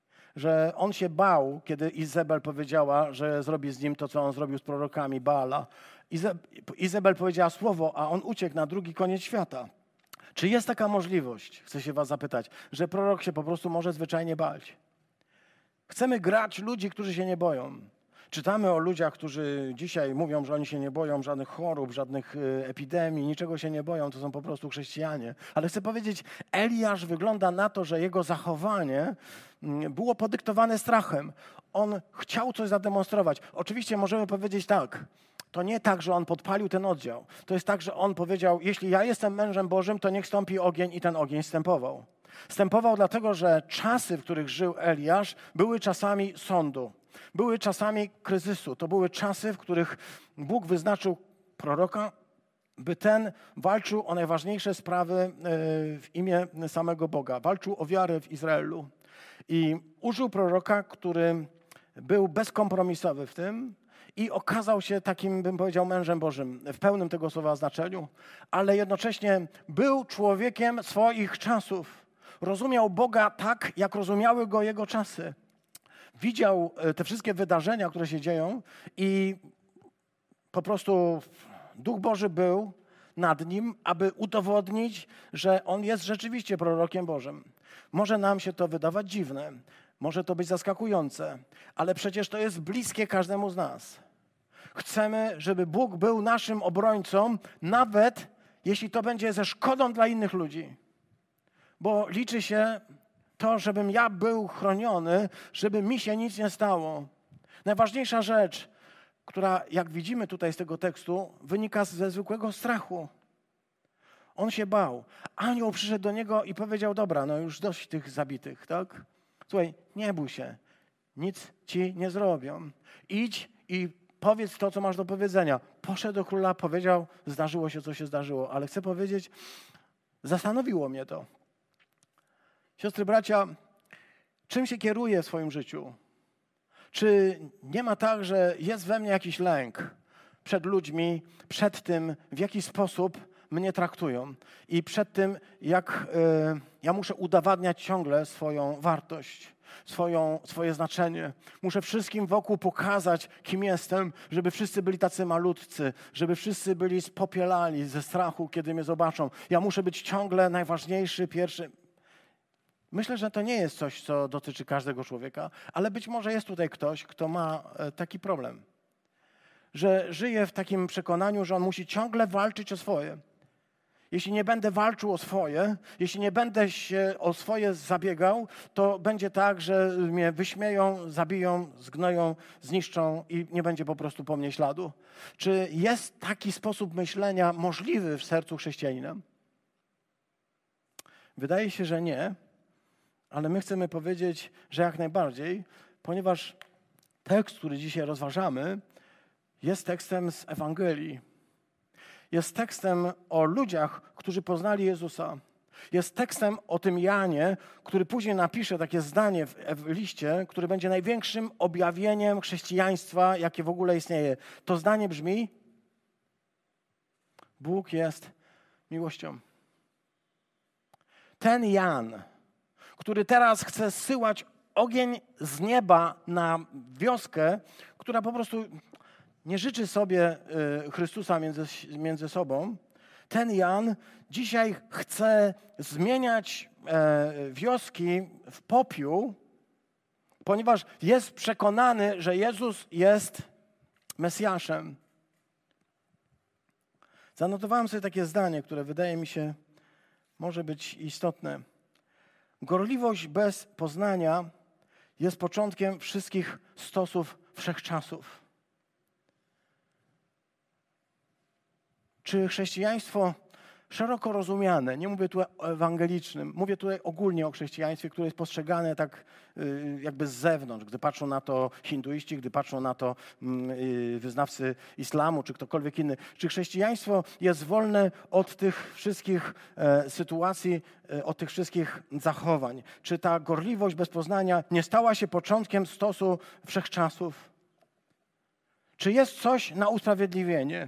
Że on się bał, kiedy Izabel powiedziała, że zrobi z nim to, co on zrobił z prorokami Baala. Ize- Izabel powiedziała słowo, a on uciekł na drugi koniec świata. Czy jest taka możliwość, chcę się was zapytać, że prorok się po prostu może zwyczajnie bać? Chcemy grać ludzi, którzy się nie boją. Czytamy o ludziach, którzy dzisiaj mówią, że oni się nie boją żadnych chorób, żadnych epidemii, niczego się nie boją, to są po prostu chrześcijanie. Ale chcę powiedzieć, Eliasz wygląda na to, że jego zachowanie było podyktowane strachem. On chciał coś zademonstrować. Oczywiście możemy powiedzieć tak, to nie tak, że on podpalił ten oddział. To jest tak, że on powiedział: jeśli ja jestem mężem Bożym, to niech stąpi ogień, i ten ogień stępował. Stępował dlatego, że czasy, w których żył Eliasz, były czasami sądu. Były czasami kryzysu. To były czasy, w których Bóg wyznaczył proroka, by ten walczył o najważniejsze sprawy w imię samego Boga. Walczył o wiarę w Izraelu. I użył proroka, który był bezkompromisowy w tym i okazał się takim, bym powiedział, mężem Bożym w pełnym tego słowa znaczeniu, ale jednocześnie był człowiekiem swoich czasów. Rozumiał Boga tak, jak rozumiały go jego czasy. Widział te wszystkie wydarzenia, które się dzieją i po prostu Duch Boży był nad nim, aby udowodnić, że on jest rzeczywiście prorokiem Bożym. Może nam się to wydawać dziwne, może to być zaskakujące, ale przecież to jest bliskie każdemu z nas. Chcemy, żeby Bóg był naszym obrońcą, nawet jeśli to będzie ze szkodą dla innych ludzi. Bo liczy się to, żebym ja był chroniony, żeby mi się nic nie stało. Najważniejsza rzecz, która, jak widzimy tutaj z tego tekstu, wynika ze zwykłego strachu. On się bał. Anioł przyszedł do niego i powiedział: dobra, no już dość tych zabitych, tak? Słuchaj, nie bój się, nic ci nie zrobią. Idź i powiedz to, co masz do powiedzenia. Poszedł do króla, powiedział, zdarzyło się, co się zdarzyło. Ale chcę powiedzieć, zastanowiło mnie to. Siostry, bracia, czym się kieruję w swoim życiu? Czy nie ma tak, że jest we mnie jakiś lęk przed ludźmi, przed tym, w jaki sposób mnie traktują i przed tym, jak y, ja muszę udowadniać ciągle swoją wartość, swoją, swoje znaczenie. Muszę wszystkim wokół pokazać, kim jestem, żeby wszyscy byli tacy malutcy, żeby wszyscy byli spopielali ze strachu, kiedy mnie zobaczą. Ja muszę być ciągle najważniejszy, pierwszy. Myślę, że to nie jest coś, co dotyczy każdego człowieka, ale być może jest tutaj ktoś, kto ma taki problem. Że żyje w takim przekonaniu, że on musi ciągle walczyć o swoje. Jeśli nie będę walczył o swoje, jeśli nie będę się o swoje zabiegał, to będzie tak, że mnie wyśmieją, zabiją, zgnoją, zniszczą i nie będzie po prostu po mnie śladu. Czy jest taki sposób myślenia możliwy w sercu chrześcijanina? Wydaje się, że nie. Ale my chcemy powiedzieć, że jak najbardziej, ponieważ tekst, który dzisiaj rozważamy, jest tekstem z Ewangelii. Jest tekstem o ludziach, którzy poznali Jezusa. Jest tekstem o tym Janie, który później napisze takie zdanie w, w liście, które będzie największym objawieniem chrześcijaństwa, jakie w ogóle istnieje. To zdanie brzmi: Bóg jest miłością. Ten Jan, który teraz chce zsyłać ogień z nieba na wioskę, która po prostu nie życzy sobie Chrystusa między, między sobą. Ten Jan dzisiaj chce zmieniać wioski w popiół, ponieważ jest przekonany, że Jezus jest Mesjaszem. Zanotowałem sobie takie zdanie, które wydaje mi się może być istotne. Gorliwość bez poznania jest początkiem wszystkich stosów wszechczasów. Czy chrześcijaństwo szeroko rozumiane, nie mówię tu o ewangelicznym, mówię tutaj ogólnie o chrześcijaństwie, które jest postrzegane tak jakby z zewnątrz, gdy patrzą na to hinduiści, gdy patrzą na to wyznawcy islamu, czy ktokolwiek inny. Czy chrześcijaństwo jest wolne od tych wszystkich sytuacji, od tych wszystkich zachowań? Czy ta gorliwość bez poznania nie stała się początkiem stosu wszechczasów? Czy jest coś na usprawiedliwienie?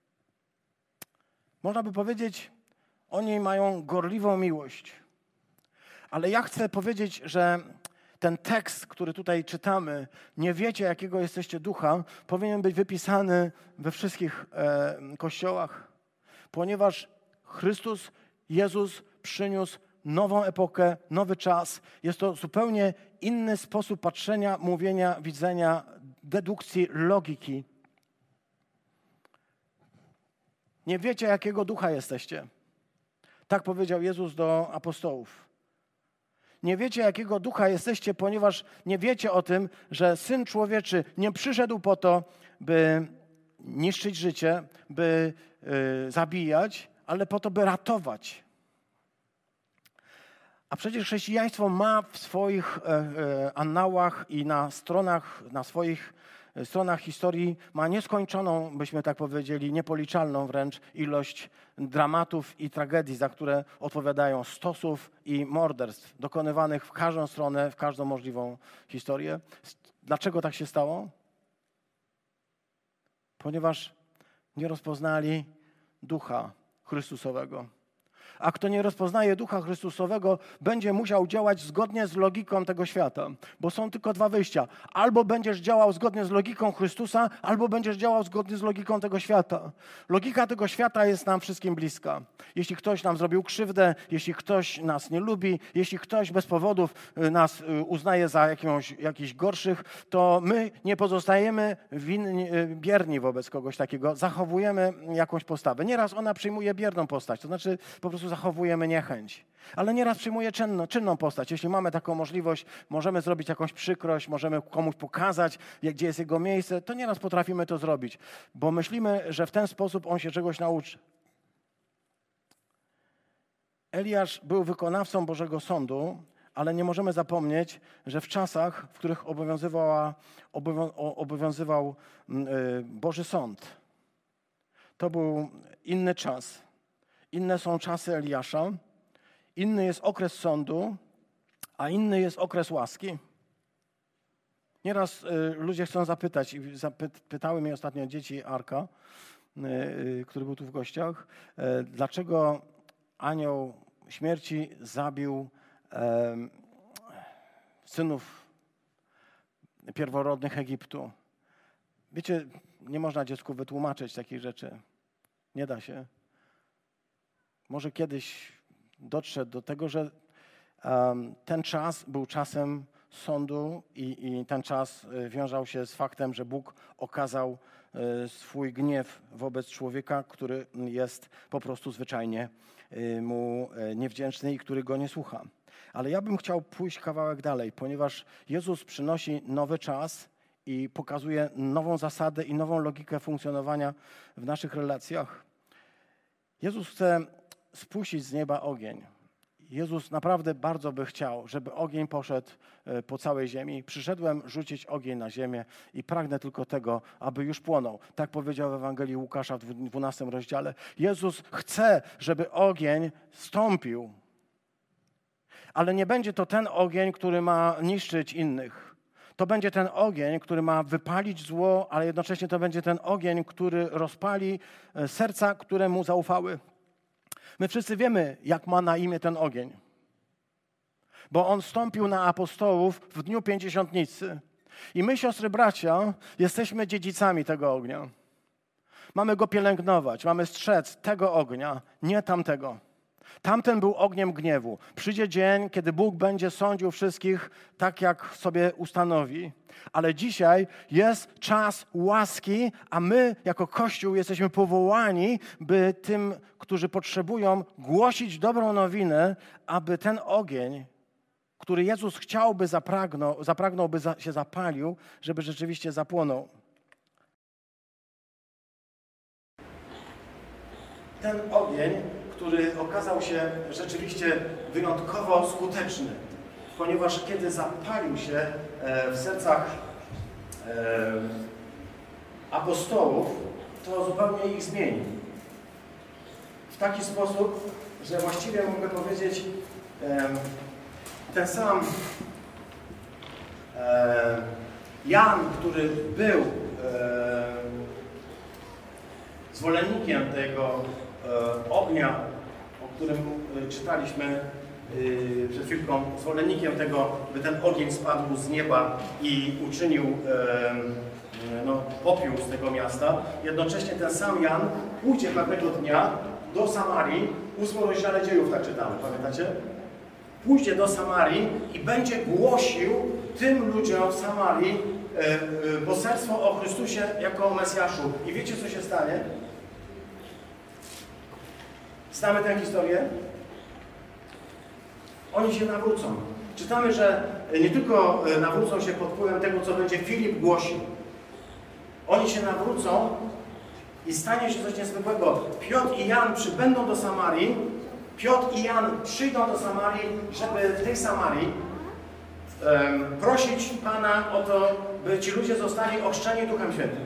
Można by powiedzieć, oni mają gorliwą miłość. Ale ja chcę powiedzieć, że ten tekst, który tutaj czytamy, nie wiecie, jakiego jesteście ducha, powinien być wypisany we wszystkich e, kościołach. Ponieważ Chrystus, Jezus przyniósł nową epokę, nowy czas. Jest to zupełnie inny sposób patrzenia, mówienia, widzenia, dedukcji, logiki. Nie wiecie, jakiego ducha jesteście. Tak powiedział Jezus do apostołów. Nie wiecie, jakiego ducha jesteście, ponieważ nie wiecie o tym, że Syn Człowieczy nie przyszedł po to, by niszczyć życie, by y, zabijać, ale po to, by ratować. A przecież chrześcijaństwo ma w swoich e, e, annałach i na stronach, na swoich stronach historii ma nieskończoną, byśmy tak powiedzieli, niepoliczalną wręcz ilość dramatów i tragedii, za które odpowiadają stosów i morderstw dokonywanych w każdą stronę, w każdą możliwą historię. Dlaczego tak się stało? Ponieważ nie rozpoznali Ducha Chrystusowego. A kto nie rozpoznaje Ducha Chrystusowego, będzie musiał działać zgodnie z logiką tego świata. Bo są tylko dwa wyjścia. Albo będziesz działał zgodnie z logiką Chrystusa, albo będziesz działał zgodnie z logiką tego świata. Logika tego świata jest nam wszystkim bliska. Jeśli ktoś nam zrobił krzywdę, jeśli ktoś nas nie lubi, jeśli ktoś bez powodów nas uznaje za jakąś, jakichś gorszych, to my nie pozostajemy winni, bierni wobec kogoś takiego. Zachowujemy jakąś postawę. Nieraz ona przyjmuje bierną postać, to znaczy po prostu zachowujemy niechęć. Ale nieraz przyjmuje czynno, czynną postać. Jeśli mamy taką możliwość, możemy zrobić jakąś przykrość, możemy komuś pokazać, gdzie jest jego miejsce, to nieraz potrafimy to zrobić, bo myślimy, że w ten sposób on się czegoś nauczy. Eliasz był wykonawcą Bożego Sądu, ale nie możemy zapomnieć, że w czasach, w których obowiązywała, obowiązywał Boży Sąd, to był inny czas. Inne są czasy Eliasza, inny jest okres sądu, a inny jest okres łaski. Nieraz y, ludzie chcą zapytać, i zapy- pytały mnie ostatnio dzieci Arka, y, y, który był tu w gościach, y, dlaczego anioł śmierci zabił y, synów pierworodnych Egiptu. Wiecie, nie można dziecku wytłumaczyć takich rzeczy. Nie da się. Może kiedyś dotrze do tego, że um, ten czas był czasem sądu i, i ten czas wiązał się z faktem, że Bóg okazał y, swój gniew wobec człowieka, który jest po prostu zwyczajnie y, mu y, niewdzięczny i który go nie słucha. Ale ja bym chciał pójść kawałek dalej, ponieważ Jezus przynosi nowy czas i pokazuje nową zasadę i nową logikę funkcjonowania w naszych relacjach. Jezus chce spuścić z nieba ogień. Jezus naprawdę bardzo by chciał, żeby ogień poszedł po całej ziemi. Przyszedłem rzucić ogień na ziemię i pragnę tylko tego, aby już płonął. Tak powiedział w Ewangelii Łukasza w dwunastym rozdziale. Jezus chce, żeby ogień stąpił. Ale nie będzie to ten ogień, który ma niszczyć innych. To będzie ten ogień, który ma wypalić zło, ale jednocześnie to będzie ten ogień, który rozpali serca, które mu zaufały. My wszyscy wiemy, jak ma na imię ten ogień. bo On stąpił na apostołów w dniu pięćdziesiątnicy. I my, siostry, bracia, jesteśmy dziedzicami tego ognia. Mamy go pielęgnować, mamy strzec tego ognia, nie tamtego. Tamten był ogniem gniewu. Przyjdzie dzień, kiedy Bóg będzie sądził wszystkich tak, jak sobie ustanowi. Ale dzisiaj jest czas łaski, a my jako Kościół jesteśmy powołani, by tym, którzy potrzebują, głosić dobrą nowinę, aby ten ogień, który Jezus chciałby, zapragnął, zapragnął, by za, się zapalił, żeby rzeczywiście zapłonął. Ten ogień, który okazał się rzeczywiście wyjątkowo skuteczny, ponieważ kiedy zapalił się w sercach apostołów, to zupełnie ich zmienił. W taki sposób, że właściwie mogę powiedzieć, ten sam Jan, który był zwolennikiem tego ognia, o którym czytaliśmy przed chwilką, zwolennikiem tego, by ten ogień spadł z nieba i uczynił no, popiół z tego miasta. Jednocześnie ten sam Jan pójdzie pewnego dnia do Samarii, w ósmym rozdziale Dziejów, tak czytamy, pamiętacie? Pójdzie do Samarii i będzie głosił tym ludziom w Samarii poselstwo o Chrystusie jako o Mesjaszu. I wiecie, co się stanie? Znamy tę historię? Oni się nawrócą. Czytamy, że nie tylko nawrócą się pod wpływem tego, co będzie Filip głosił. Oni się nawrócą i stanie się coś niezwykłego. Piotr i Jan przybędą do Samarii. Piotr i Jan przyjdą do Samarii, żeby w tej Samarii um, prosić Pana o to, by ci ludzie zostali ochrzczeni Duchem Świętym.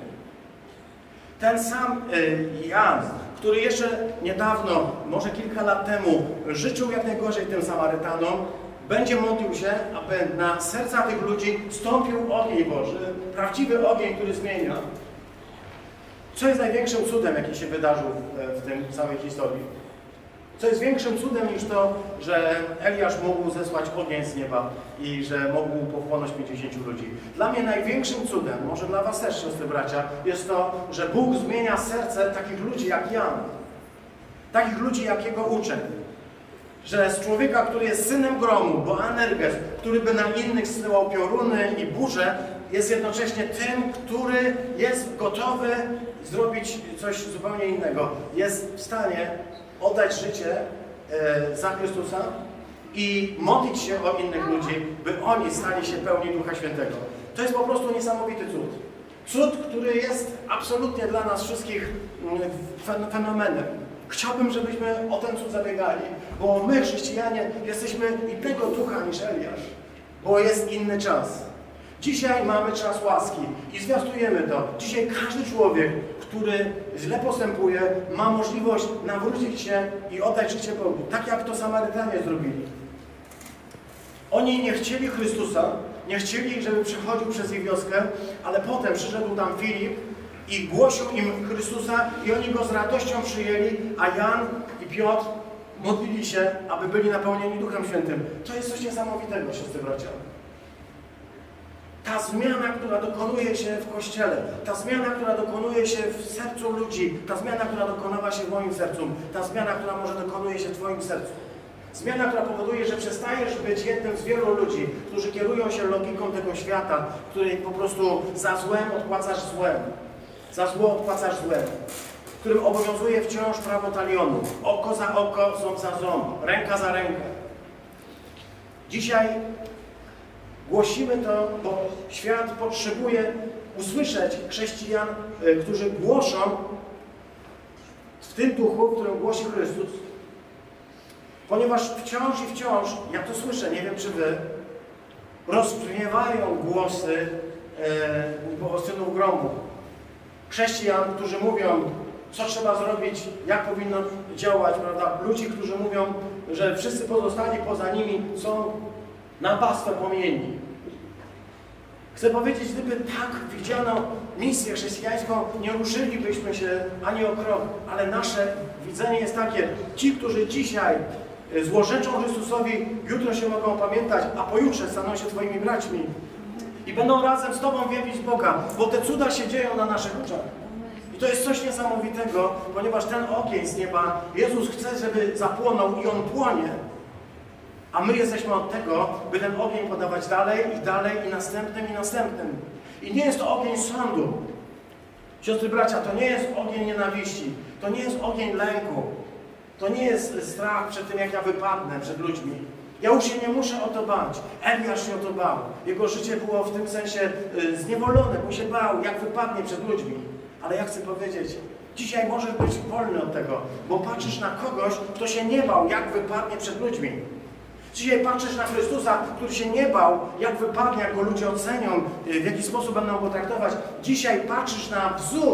Ten sam y, Jan, który jeszcze niedawno, może kilka lat temu, życzył jak najgorzej tym Samarytanom, będzie modlił się, aby na serca tych ludzi stąpił ogień Boży, prawdziwy ogień, który zmienia. Co jest największym cudem, jaki się wydarzył w, w tym całej historii? Co jest większym cudem niż to, że Eliasz mógł zesłać ogień z nieba i że mógł pochłonąć pięćdziesięciu ludzi. Dla mnie największym cudem, może dla was też, siostry bracia, jest to, że Bóg zmienia serce takich ludzi jak Jan. Takich ludzi jak jego uczeń. Że z człowieka, który jest synem gromu, Boanerges, który by na innych zsyłał pioruny i burze, jest jednocześnie tym, który jest gotowy zrobić coś zupełnie innego. Jest w stanie oddać życie e, za Chrystusa i modlić się o innych ludzi, by oni stali się pełni Ducha Świętego. To jest po prostu niesamowity cud. Cud, który jest absolutnie dla nas wszystkich fenomenem. Chciałbym, żebyśmy o ten cud zabiegali, bo my, chrześcijanie, jesteśmy innego ducha niż Eliasz, bo jest inny czas. Dzisiaj mamy czas łaski i zwiastujemy to. Dzisiaj każdy człowiek, który źle postępuje, ma możliwość nawrócić się i oddać życie Bogu. Tak jak to Samarytanie zrobili. Oni nie chcieli Chrystusa, nie chcieli, żeby przechodził przez ich wioskę, ale potem przyszedł tam Filip i głosił im Chrystusa i oni go z radością przyjęli, a Jan i Piotr modlili się, aby byli napełnieni Duchem Świętym. To jest coś niesamowitego, siostry bracia. Ta zmiana, która dokonuje się w Kościele, ta zmiana, która dokonuje się w sercu ludzi, ta zmiana, która dokonała się w moim sercu, ta zmiana, która może dokonuje się w twoim sercu. Zmiana, która powoduje, że przestajesz być jednym z wielu ludzi, którzy kierują się logiką tego świata, w której po prostu za złem odpłacasz złem, za zło odpłacasz złem, w którym obowiązuje wciąż prawo talionu. Oko za oko, ząb za ząb, ręka za rękę. Dzisiaj głosimy to, bo świat potrzebuje usłyszeć chrześcijan, którzy głoszą w tym duchu, w którym głosi Chrystus. Ponieważ wciąż i wciąż, ja to słyszę, nie wiem czy wy, rozbrzmiewają głosy e, synów gromu. Chrześcijan, którzy mówią, co trzeba zrobić, jak powinno działać, prawda? Ludzi, którzy mówią, że wszyscy pozostali poza nimi są na pastwę płomieni. Chcę powiedzieć, gdyby tak widziano misję chrześcijańską, nie ruszylibyśmy się ani o krok, ale nasze widzenie jest takie, ci, którzy dzisiaj Złorzeczą Chrystusowi, jutro się mogą pamiętać, a pojutrze staną się Twoimi braćmi. I będą razem z Tobą wielbić Boga, bo te cuda się dzieją na naszych oczach. I to jest coś niesamowitego, ponieważ ten ogień z nieba, Jezus chce, żeby zapłonął i on płonie. A my jesteśmy od tego, by ten ogień podawać dalej i dalej i następnym i następnym. I nie jest to ogień sądu. Siostry, bracia, to nie jest ogień nienawiści. To nie jest ogień lęku. To nie jest strach przed tym, jak ja wypadnę przed ludźmi. Ja już się nie muszę o to bać. Eliasz się o to bał. Jego życie było w tym sensie y, zniewolone, bo się bał, jak wypadnie przed ludźmi. Ale ja chcę powiedzieć, dzisiaj możesz być wolny od tego, bo patrzysz na kogoś, kto się nie bał, jak wypadnie przed ludźmi. Dzisiaj patrzysz na Chrystusa, który się nie bał, jak wypadnie, jak go ludzie ocenią, w jaki sposób będą go traktować. Dzisiaj patrzysz na wzór,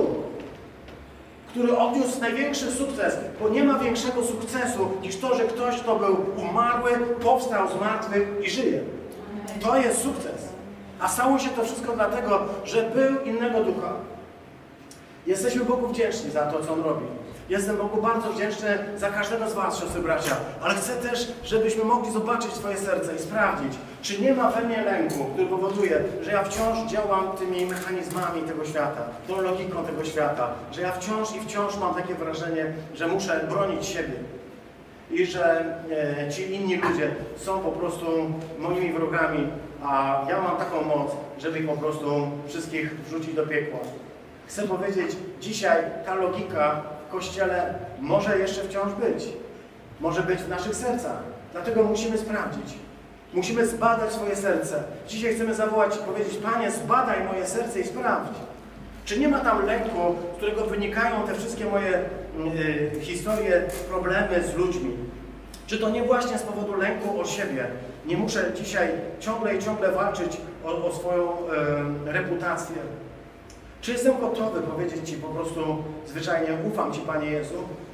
który odniósł największy sukces, bo nie ma większego sukcesu niż to, że ktoś, kto był umarły, powstał z martwych i żyje. To jest sukces. A stało się to wszystko dlatego, że był innego ducha. Jesteśmy Bogu wdzięczni za to, co On robi. Jestem Bogu bardzo wdzięczny za każdego z Was, siostry, bracia, ale chcę też, żebyśmy mogli zobaczyć swoje serce i sprawdzić, czy nie ma we mnie lęku, który powoduje, że ja wciąż działam tymi mechanizmami tego świata, tą logiką tego świata, że ja wciąż i wciąż mam takie wrażenie, że muszę bronić siebie i że e, ci inni ludzie są po prostu moimi wrogami, a ja mam taką moc, żeby ich po prostu wszystkich wrzucić do piekła. Chcę powiedzieć, dzisiaj ta logika w Kościele może jeszcze wciąż być. Może być w naszych sercach. Dlatego musimy sprawdzić. Musimy zbadać swoje serce. Dzisiaj chcemy zawołać i powiedzieć: Panie, zbadaj moje serce i sprawdź. Czy nie ma tam lęku, z którego wynikają te wszystkie moje y, historie, problemy z ludźmi? Czy to nie właśnie z powodu lęku o siebie? Nie muszę dzisiaj ciągle i ciągle walczyć o, o swoją y, reputację. Czy jestem gotowy powiedzieć Ci po prostu zwyczajnie: ufam Ci, Panie Jezu?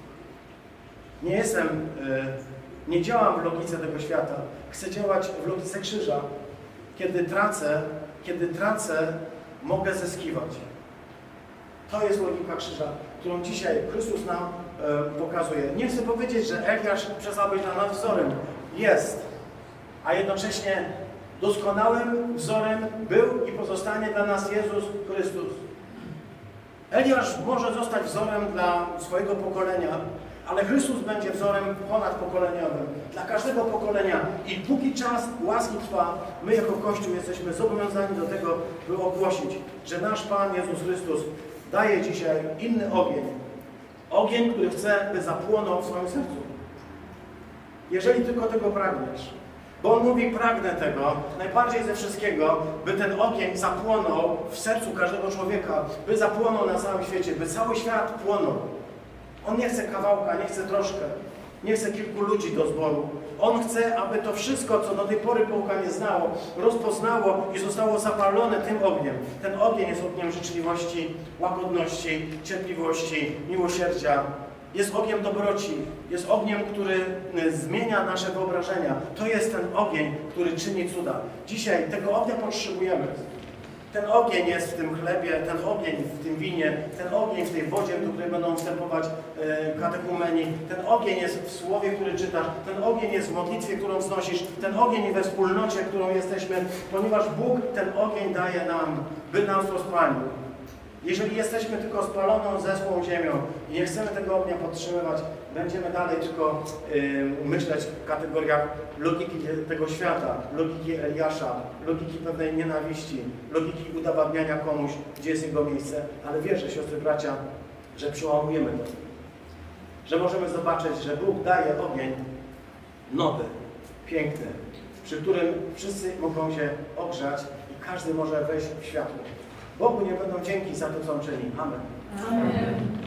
Nie jestem, y, nie działam w logice tego świata. Chcę działać w logice krzyża. Kiedy tracę, kiedy tracę, mogę zyskiwać. To jest logika krzyża, którą dzisiaj Chrystus nam y, pokazuje. Nie chcę powiedzieć, że Eliasz przestał być dla nas wzorem. Jest. A jednocześnie doskonałym wzorem był i pozostanie dla nas Jezus Chrystus. Eliasz może zostać wzorem dla swojego pokolenia, ale Chrystus będzie wzorem ponadpokoleniowym dla każdego pokolenia. I póki czas łaski trwa, my jako Kościół jesteśmy zobowiązani do tego, by ogłosić, że nasz Pan Jezus Chrystus daje dzisiaj inny ogień. Ogień, który chce, by zapłonął w swoim sercu. Jeżeli tylko tego pragniesz. Bo On mówi: pragnę tego najbardziej ze wszystkiego, by ten ogień zapłonął w sercu każdego człowieka, by zapłonął na całym świecie, by cały świat płonął. On nie chce kawałka, nie chce troszkę, nie chce kilku ludzi do zboru. On chce, aby to wszystko, co do tej pory Boga nie znało, rozpoznało i zostało zapalone tym ogniem. Ten ogień jest ogniem życzliwości, łagodności, cierpliwości, miłosierdzia. Jest ogniem dobroci, jest ogniem, który zmienia nasze wyobrażenia. To jest ten ogień, który czyni cuda. Dzisiaj tego ognia potrzebujemy. Ten ogień jest w tym chlebie, ten ogień w tym winie, ten ogień w tej wodzie, do której będą wstępować e, katechumeni. Ten ogień jest w słowie, który czytasz. Ten ogień jest w modlitwie, którą wznosisz. Ten ogień we wspólnocie, którą jesteśmy, ponieważ Bóg ten ogień daje nam, by nas rozpalił. Jeżeli jesteśmy tylko spaloną, zeschłą ziemią i nie chcemy tego ognia podtrzymywać, będziemy dalej tylko yy, myśleć w kategoriach logiki tego świata, logiki Eliasza, logiki pewnej nienawiści, logiki udowadniania komuś, gdzie jest jego miejsce. Ale wierzę, siostry, bracia, że przełamujemy to. Że możemy zobaczyć, że Bóg daje ogień nowy, piękny, przy którym wszyscy mogą się ogrzać i każdy może wejść w światło. Bogu nie będą dzięki za to, co On czyni. Amen. Amen.